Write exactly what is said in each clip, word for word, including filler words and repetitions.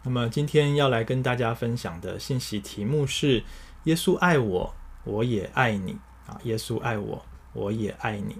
那么今天要来跟大家分享的信息题目是耶稣爱我，我也爱你啊！耶稣爱我，我也爱你。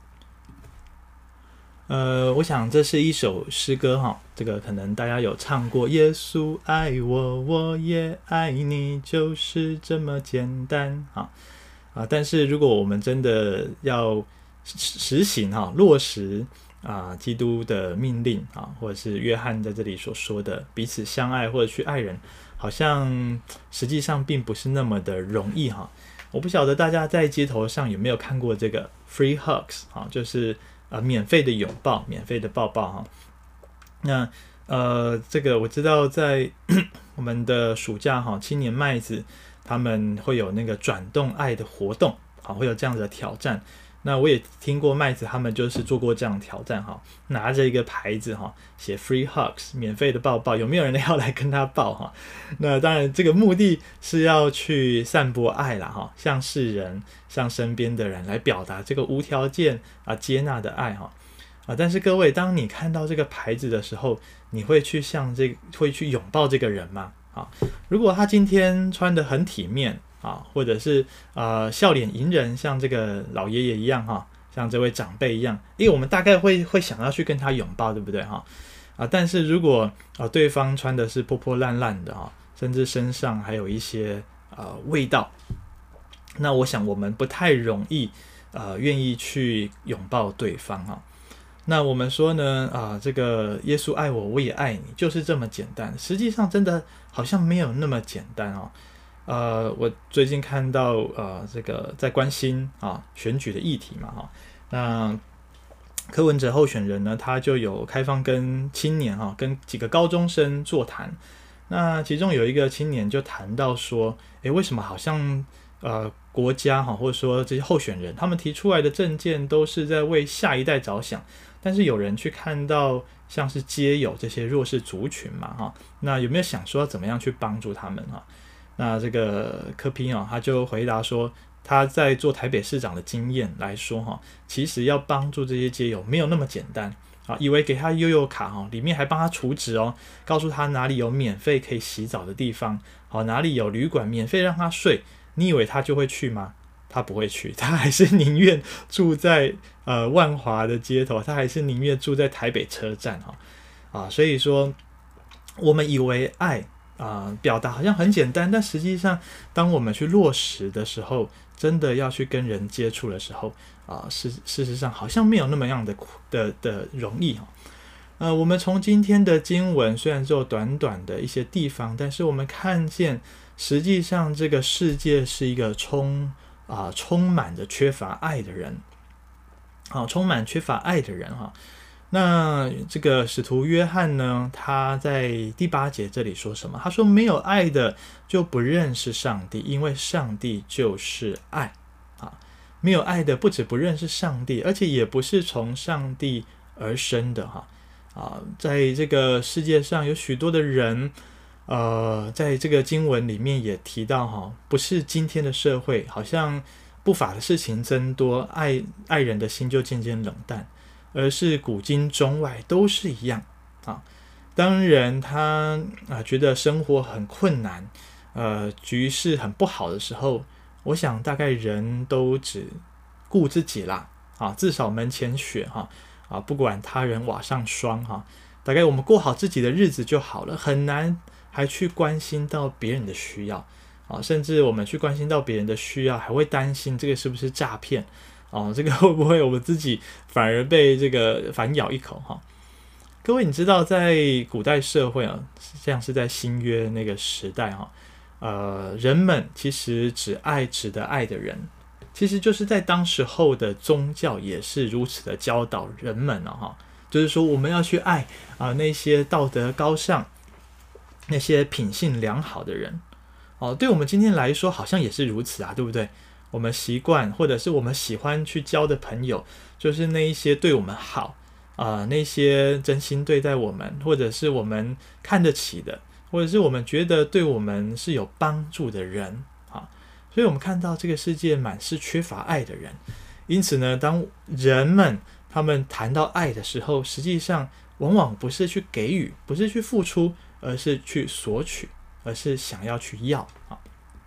呃，我想这是一首诗歌哈，这个可能大家有唱过。耶稣爱我，我也爱你，就是这么简单啊啊！但是如果我们真的要实行哈，落实啊，基督的命令啊，或者是约翰在这里所说的彼此相爱或者去爱人，好像实际上并不是那么的容易哈。我不晓得大家在街头上有没有看过这个 free hugs 啊，就是呃免费的拥抱、免费的抱抱哈。那呃，这个我知道在我们的暑假哈，青年麦子他们会有那个转动爱的活动啊，会有这样子的挑战。那我也听过麦子他们就是做过这样的挑战哈，拿着一个牌子哈，写 free hugs 免费的抱抱，有没有人要来跟他抱哈？那当然这个目的是要去散播爱啦哈，向世人向身边的人来表达这个无条件啊接纳的爱哈啊。但是各位，当你看到这个牌子的时候，你会去向这个会去拥抱这个人吗？啊，如果他今天穿得很体面啊，或者是呃笑脸迎人，像这个老爷爷一样哈，像这位长辈一样，因为我们大概会会想要去跟他拥抱，对不对哈？啊，但是如果啊对方穿的是破破烂烂的哈，甚至身上还有一些呃味道，那我想我们不太容易呃愿意去拥抱对方哈。那我们说呢啊，这个耶稣爱我，我也爱你，就是这么简单。实际上真的好像没有那么简单哦。呃，我最近看到呃，这个在关心啊选举的议题嘛哈，那柯文哲候选人呢，他就有开放跟青年哈，跟几个高中生座谈。那其中有一个青年就谈到说，诶，为什么好像呃国家哈，或者说这些候选人，他们提出来的政见都是在为下一代着想，但是有人去看到像是街友这些弱势族群嘛哈，那有没有想说怎么样去帮助他们哈？那这个柯 P 啊，他就回答说，他在做台北市长的经验来说哈，其实要帮助这些街友没有那么简单啊，以为给他悠游卡哈，里面还帮他储值哦，告诉他哪里有免费可以洗澡的地方，好，哪里有旅馆免费让他睡，你以为他就会去吗？他不会去，他还是宁愿住在呃万华的街头，他还是宁愿住在台北车站哈啊，所以说我们以为爱啊、呃，表达好像很简单，但实际上，当我们去落实的时候，真的要去跟人接触的时候，啊、呃，事事实上好像没有那么样的的的容易哈。呃，我们从今天的经文虽然只有短短的一些地方，但是我们看见，实际上这个世界是一个充啊、呃、充满着缺乏爱的人，好、啊，充满缺乏爱的人哈。那这个使徒约翰呢，他在第八节这里说什么？他说没有爱的就不认识上帝，因为上帝就是爱啊。没有爱的不只不认识上帝，而且也不是从上帝而生的哈啊。在这个世界上有许多的人，呃，在这个经文里面也提到哈，不是今天的社会好像不法的事情增多，爱爱人的心就渐渐冷淡。而是古今中外都是一样啊。当人他啊觉得生活很困难，呃，局势很不好的时候，我想大概人都只顾自己啦啊，至少门前雪哈啊，不管他人瓦上霜哈，大概我们过好自己的日子就好了，很难还去关心到别人的需要啊，甚至我们去关心到别人的需要，还会担心这个是不是诈骗。哦，这个会不会我们自己反而被这个反咬一口哈？各位，你知道在古代社会啊，像是在新约那个时代哈，呃，人们其实只爱值得爱的人，其实就是在当时候的宗教也是如此的教导人们了哈，就是说我们要去爱啊、呃、那些道德高尚、那些品性良好的人。哦，对我们今天来说好像也是如此啊，对不对？我们习惯或者是我们喜欢去交的朋友，就是那一些对我们好啊、呃，那些真心对待我们，或者是我们看得起的，或者是我们觉得对我们是有帮助的人啊。所以我们看到这个世界满是缺乏爱的人，因此呢，当人们他们谈到爱的时候，实际上往往不是去给予，不是去付出， 而是去索取，而是想要去要啊。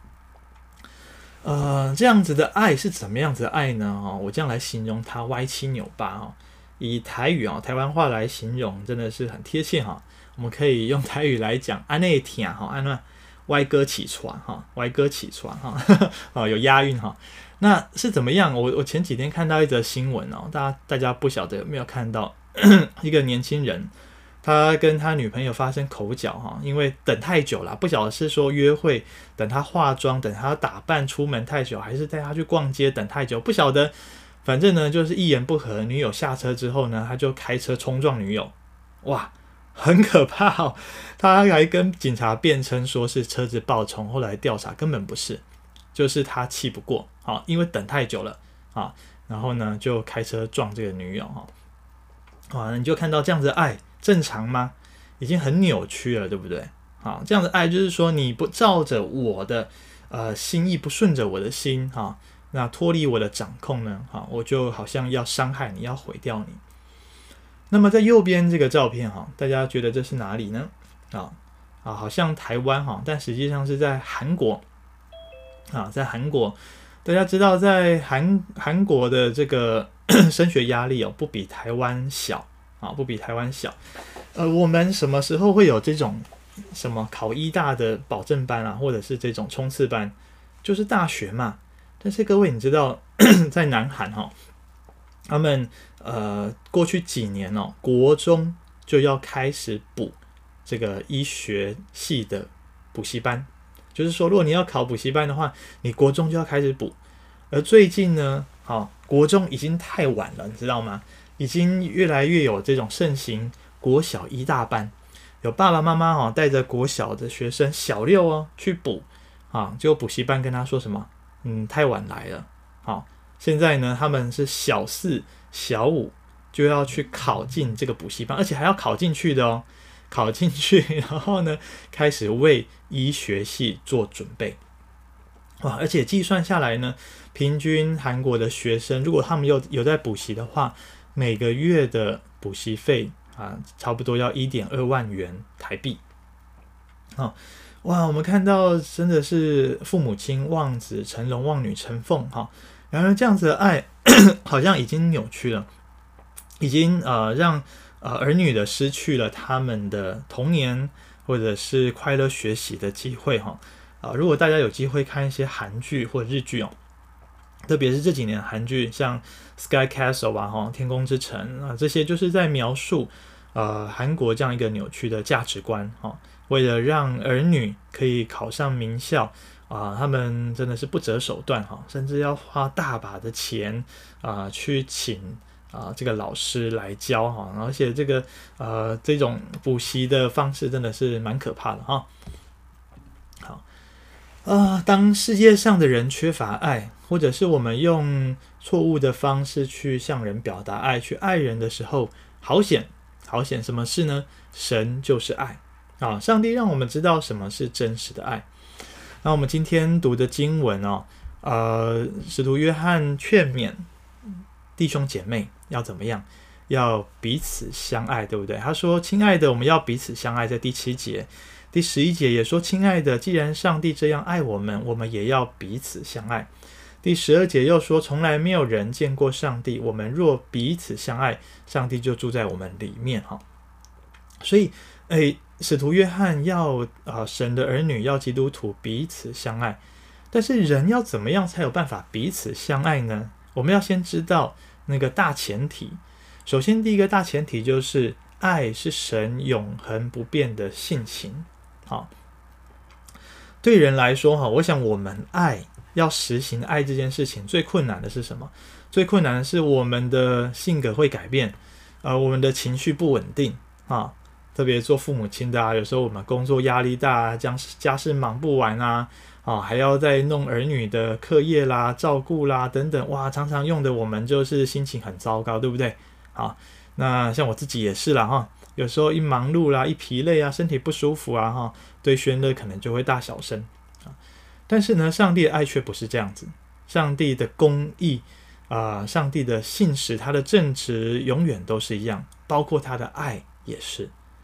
呃，这样子的爱是怎么样子的爱呢？哦，我这样来形容它歪七扭八哦。以台语哦，台湾话来形容，真的是很贴切哈。我们可以用台语来讲，安内听哈，安那歪哥起床哈，歪哥起床哈，哦，有押韵哈。那是怎么样？我我前几天看到一则新闻哦，大家大家不晓得有没有看到一个年轻人，他跟他女朋友发生口角哈，因为等太久了，不晓得是说约会等他化妆，等他打扮出门太久，还是带他去逛街等太久，不晓得。反正呢，就是一言不合，女友下车之后呢，他就开车冲撞女友，哇，很可怕哦！他还跟警察辩称说是车子爆冲，后来调查根本不是，就是他气不过，啊，因为等太久了啊，然后呢就开车撞这个女友哈，啊，你就看到这样子的爱正常吗？已经很扭曲了，对不对？啊，这样的爱就是说你不照着我的呃心意，不顺着我的心哈。啊那脱离我的掌控呢？哈，我就好像要伤害你，要毁掉你。那么在右边这个照片哈，大家觉得这是哪里呢？啊啊，好像台湾哈，但实际上是在韩国啊，在韩国，大家知道在韩韩国的这个升学压力哦，不比台湾小啊，不比台湾小。呃，我们什么时候会有这种什么考医大的保证班啊，或者是这种冲刺班？就是大学嘛。但是各位，你知道在南韩哈、哦，他们呃过去几年哦，国中就要开始补这个医学系的补习班，就是说，如果你要考补习班的话，你国中就要开始补。而最近呢，好、哦，国中已经太晚了，你知道吗？已经越来越有这种盛行国小一大班，有爸爸妈妈哦带着国小的学生小六哦去补啊，结果补习班跟他说什么？嗯，太晚来了。好，现在呢，他们是小四、小五就要去考进这个补习班，而且还要考进去的哦，考进去，然后呢，开始为医学系做准备。哇，而且计算下来呢，平均韩国的学生，如果他们有有在补习的话，每个月的补习费啊，差不多要 一点二万元台币。好。哇，我们看到真的是父母亲望子成龙，望女成凤哈。然而这样子的爱好像已经扭曲了，已经呃让呃儿女的失去了他们的童年或者是快乐学习的机会哈。啊、呃，如果大家有机会看一些韩剧或日剧哦，特别是这几年韩剧，像《Sky Castle》啊哈，《天空之城》啊，这些就是在描述呃韩国这样一个扭曲的价值观哈。为了让儿女可以考上名校啊，他们真的是不择手段哈，甚至要花大把的钱啊去请啊这个老师来教哈，而且这个呃这种补习的方式真的是蛮可怕的哈。好，啊，当世界上的人缺乏爱，或者是我们用错误的方式去向人表达爱，去爱人的时候，好险好险，什么事呢？神就是爱。啊，上帝让我们知道什么是真实的爱。那我们今天读的经文哦，呃，使徒约翰劝勉弟兄姐妹要怎么样？要彼此相爱，对不对？他说：“亲爱的，我们要彼此相爱。”在第七节、第十一节也说：“亲爱的，既然上帝这样爱我们，我们也要彼此相爱。”第十二节又说：“从来没有人见过上帝，我们若彼此相爱，上帝就住在我们里面。”哈，所以，哎。使徒约翰要、呃、神的儿女要基督徒彼此相爱，但是人要怎么样才有办法彼此相爱呢？我们要先知道那个大前提。首先第一个大前提就是爱是神永恒不变的性情。好，对人来说，我想我们爱要实行爱这件事情最困难的是什么？最困难的是我们的性格会改变，呃、我们的情绪不稳定啊。特别做父母亲的啊，有时候我们工作压力大啊，家事忙不完啊，啊，还要再弄儿女的课业啦、照顾啦等等，哇，常常用的我们就是心情很糟糕，对不对？好，那像我自己也是啦哈，有时候一忙碌啦、一疲累啊、身体不舒服啊哈，对宣乐可能就会大小声啊。但是呢，上帝的爱却不是这样子，上帝的公义啊、呃，上帝的信实，他的正直永远都是一样，包括他的爱也是。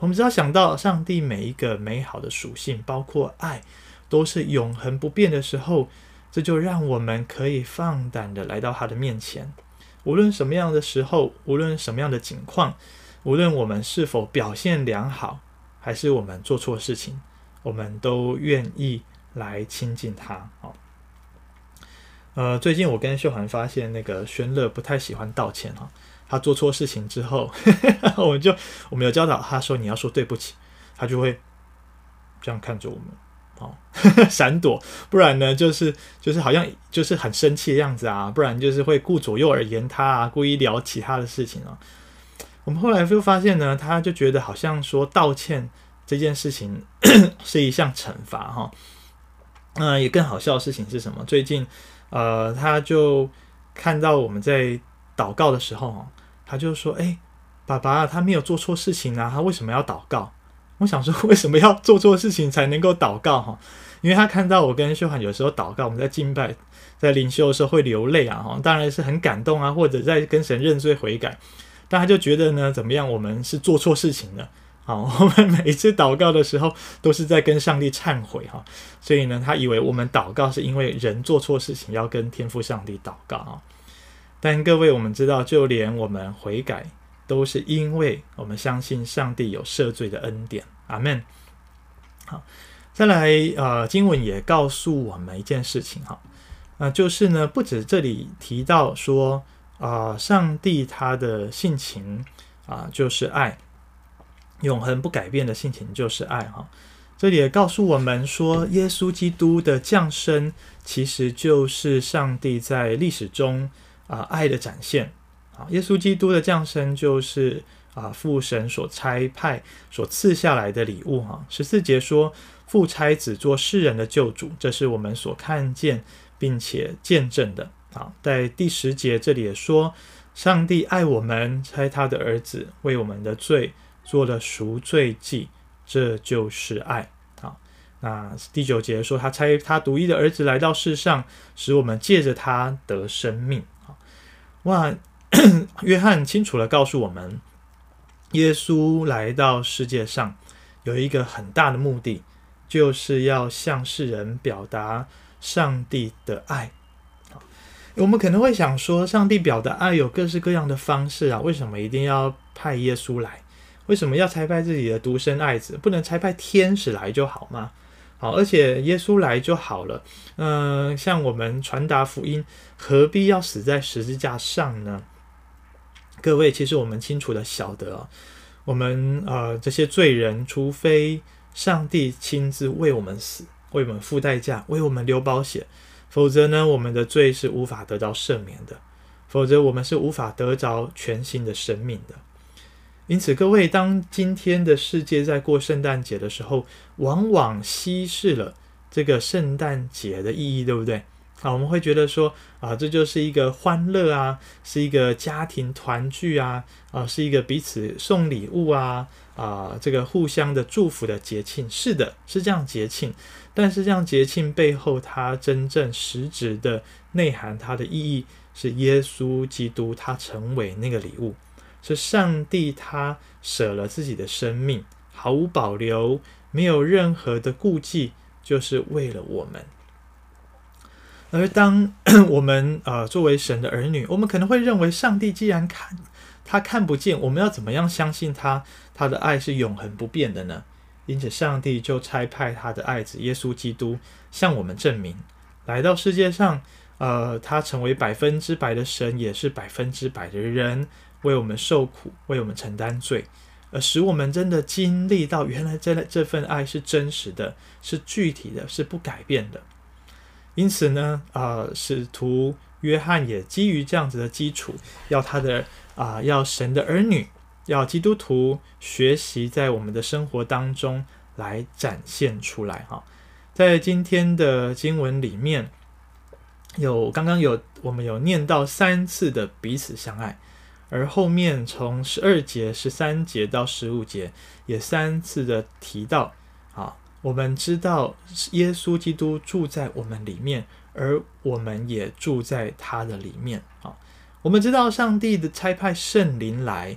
我们只要想到上帝每一个美好的属性，包括爱，都是永恒不变的时候，这就让我们可以放胆的来到他的面前。无论什么样的时候，无论什么样的境况，无论我们是否表现良好，还是我们做错事情，我们都愿意来亲近他。哦呃，最近我跟秀涵发现，那个轩乐不太喜欢道歉哈。他做错事情之后，我们就我们有教导他说你要说对不起，他就会这样看着我们，哦，闪躲，不然呢就是就是好像就是很生气的样子啊，不然就是会顾左右而言他啊，故意聊其他的事情啊。我们后来就发现呢，他就觉得好像说道歉这件事情是一项惩罚哈。嗯、呃，也更好笑的事情是什么？最近呃，他就看到我们在祷告的时候，他就说：“哎、欸，爸爸，他没有做错事情啊，他为什么要祷告？”我想说，为什么要做错事情才能够祷告哈？因为他看到我跟秀涵有时候祷告，我们在敬拜、在灵修的时候会流泪啊，哈，当然是很感动啊，或者在跟神认罪悔改。但他就觉得呢，怎么样，我们是做错事情了。好，我们每一次祷告的时候都是在跟上帝忏悔哈，所以呢，他以为我们祷告是因为人做错事情要跟天父上帝祷告啊。但各位，我们知道，就连我们悔改，都是因为我们相信上帝有赦罪的恩典。阿们。好，再来，呃，经文也告诉我们一件事情哈，呃，就是呢，不止这里提到说，啊、呃，上帝他的性情啊、呃，就是爱。永恒不改变的性情就是爱哈，这里也告诉我们说，耶稣基督的降生其实就是上帝在历史中啊、呃、爱的展现啊。耶稣基督的降生就是啊父神所差派所赐下来的礼物哈。十四节说，父差子做世人的救主，这是我们所看见并且见证的啊。在第十节这里也说，上帝爱我们，差他的儿子为我们的罪做了赎罪祭，这就是爱。好，那第九节说，他差他独一的儿子来到世上，使我们借着他得生命。哇，约翰清楚地告诉我们，耶稣来到世界上有一个很大的目的，就是要向世人表达上帝的爱。我们可能会想说，上帝表达爱有各式各样的方式啊，为什么一定要派耶稣来？为什么要差派自己的独生爱子？不能差派天使来就好吗？好，而且耶稣来就好了。嗯、呃，像我们传达福音，何必要死在十字架上呢？各位，其实我们清楚的晓得、哦，我们呃这些罪人，除非上帝亲自为我们死，为我们付代价，为我们流宝血，否则呢，我们的罪是无法得到赦免的，否则我们是无法得着全新的生命的。因此，各位，当今天的世界在过圣诞节的时候，往往稀释了这个圣诞节的意义，对不对？啊，我们会觉得说，啊，这就是一个欢乐啊，是一个家庭团聚啊，啊，是一个彼此送礼物啊，啊，这个互相的祝福的节庆。是的，是这样节庆，但是这样节庆背后，它真正实质的内涵，它的意义是耶稣基督他成为那个礼物。是上帝他舍了自己的生命，毫无保留，没有任何的顾忌，就是为了我们。而当我们呃作为神的儿女，我们可能会认为，上帝既然看他看不见，我们要怎么样相信他？他的爱是永恒不变的呢？因此，上帝就差派他的爱子耶稣基督向我们证明，来到世界上，呃，他成为百分之百的神，也是百分之百的人。为我们受苦，为我们承担罪，而使我们真的经历到原来这这份爱是真实的，是具体的，是不改变的。因此呢，呃，使徒约翰也基于这样子的基础，要他的啊、呃，要神的儿女，要基督徒学习在我们的生活当中来展现出来哈。在今天的经文里面，有刚刚有我们有念到三次的彼此相爱。而后面从十二节、十三节到十五节，也三次的提到，啊，我们知道耶稣基督住在我们里面，而我们也住在他的里面。啊，我们知道上帝的差派圣灵来，啊、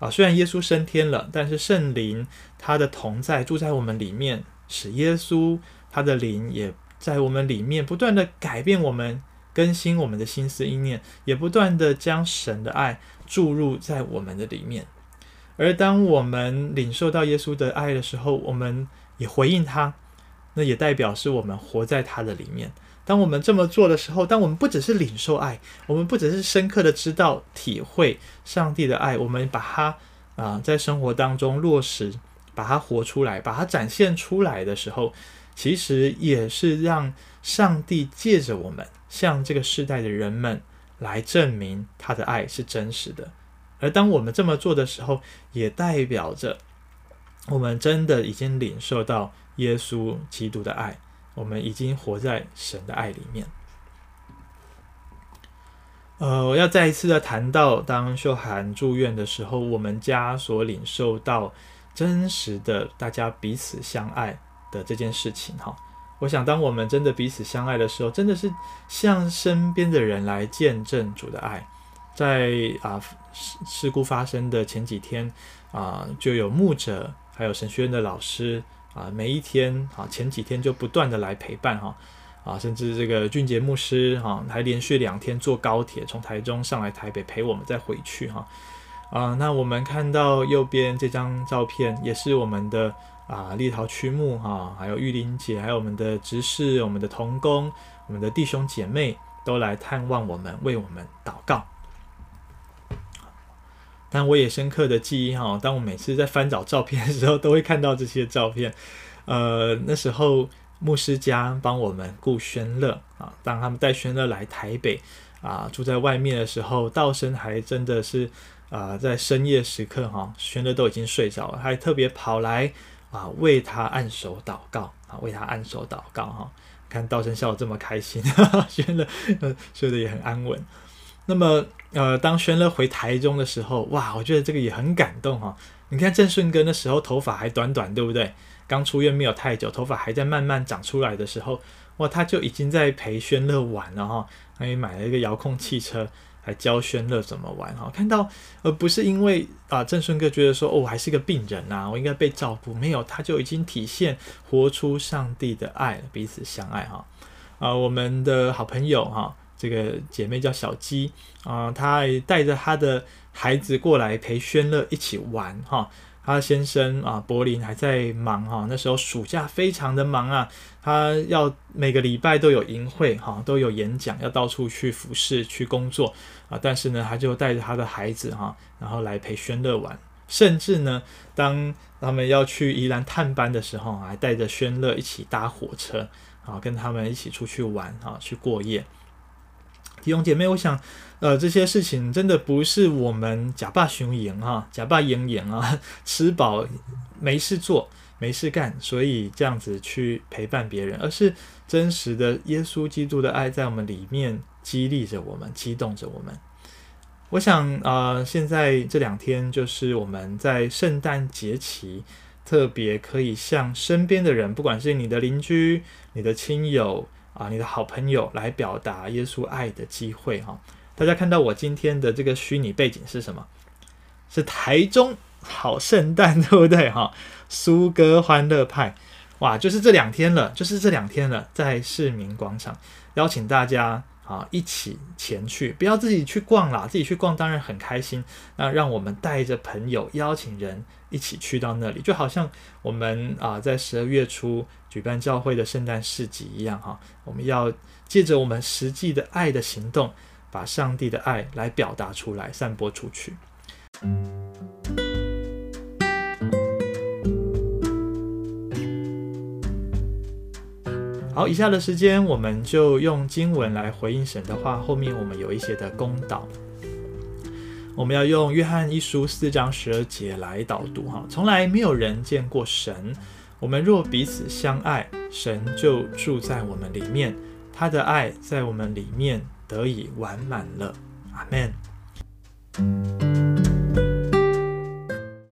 啊，虽然耶稣升天了，但是圣灵他的同在住在我们里面，使耶稣他的灵也在我们里面不断的改变我们，更新我们的心思意念，也不断的将神的爱注入在我们的里面。而当我们领受到耶稣的爱的时候，我们也回应他，那也代表是我们活在他的里面。当我们这么做的时候，当我们不只是领受爱，我们不只是深刻的知道体会上帝的爱，我们把它、呃、在生活当中落实，把它活出来，把它展现出来的时候，其实也是让上帝借着我们向这个世代的人们来证明他的爱是真实的。而当我们这么做的时候，也代表着我们真的已经领受到耶稣基督的爱，我们已经活在神的爱里面。呃，我要再一次的谈到，当秀涵住院的时候，我们家所领受到真实的大家彼此相爱的这件事情哈。我想，当我们真的彼此相爱的时候，真的是向身边的人来见证主的爱。在啊事故发生的前几天啊，就有牧者还有神学院的老师啊，每一天啊前几天就不断的来陪伴哈啊，甚至这个俊杰牧师哈、啊、还连续两天坐高铁从台中上来台北陪我们再回去哈啊。那我们看到右边这张照片，也是我们的啊立陶区牧哈，还有玉玲姐，还有我们的执事、我们的同工、我们的弟兄姐妹都来探望我们，为我们祷告。但我也深刻的记忆哈，当我每次在翻找照片的时候，都会看到这些照片。呃，那时候牧师家帮我们顾宣乐啊，当他们带宣乐来台北啊，住在外面的时候，道生还真的是啊，在深夜时刻哈，宣乐都已经睡着了，还特别跑来啊为他按手祷告啊，为他按手祷告哈。看道生笑得这么开心，宣乐呃睡得也很安稳。那么，呃，当宣乐回台中的时候，哇，我觉得这个也很感动哈、哦。你看正顺哥那时候头发还短短，对不对？刚出院没有太久，头发还在慢慢长出来的时候，哇，他就已经在陪宣乐玩了哈、哦。他也买了一个遥控汽车，还教宣乐怎么玩哈、哦。看到，而不是因为啊、呃，正顺哥觉得说，哦，我还是个病人啊，我应该被照顾，没有，他就已经体现活出上帝的爱，彼此相爱哈。啊、呃，我们的好朋友哈。这个姐妹叫小鸡啊、呃，她带着她的孩子过来陪宣乐一起玩哈。她先生啊，柏林还在忙哈，那时候暑假非常的忙啊，他要每个礼拜都有营会哈，都有演讲，要到处去服侍去工作啊。但是呢，他就带着他的孩子哈，然后来陪宣乐玩，甚至呢，当他们要去宜兰探班的时候，还带着宣乐一起搭火车啊，跟他们一起出去玩啊，去过夜。弟兄姐妹，我想，呃，这些事情真的不是我们假扮雄赢哈，假扮赢赢啊，吃饱没事做，没事干，所以这样子去陪伴别人，而是真实的耶稣基督的爱在我们里面激励着我们，激动着我们。我想，呃，现在这两天就是我们在圣诞节期，特别可以向身边的人，不管是你的邻居、你的亲友。啊，你的好朋友来表达耶稣爱的机会哈。大家看到我今天的这个虚拟背景是什么？是台中好圣诞，对不对哈？苏哥欢乐派，哇，就是这两天了，就是这两天了，在市民广场邀请大家啊一起前去，不要自己去逛啦，自己去逛当然很开心，那让我们带着朋友邀请人一起去到那里，就好像我们啊在十二月初举办教会的圣诞市集一样哈，我们要借着我们实际的爱的行动，把上帝的爱来表达出来，散播出去。好，以下的时间我们就用经文来回应神的话，后面我们有一些的公导。我们要用约翰一书四章十二节来导读哈，从来没有人见过神，我们若彼此相爱，神就住在我们里面，他的爱在我们里面得以完满了。阿们。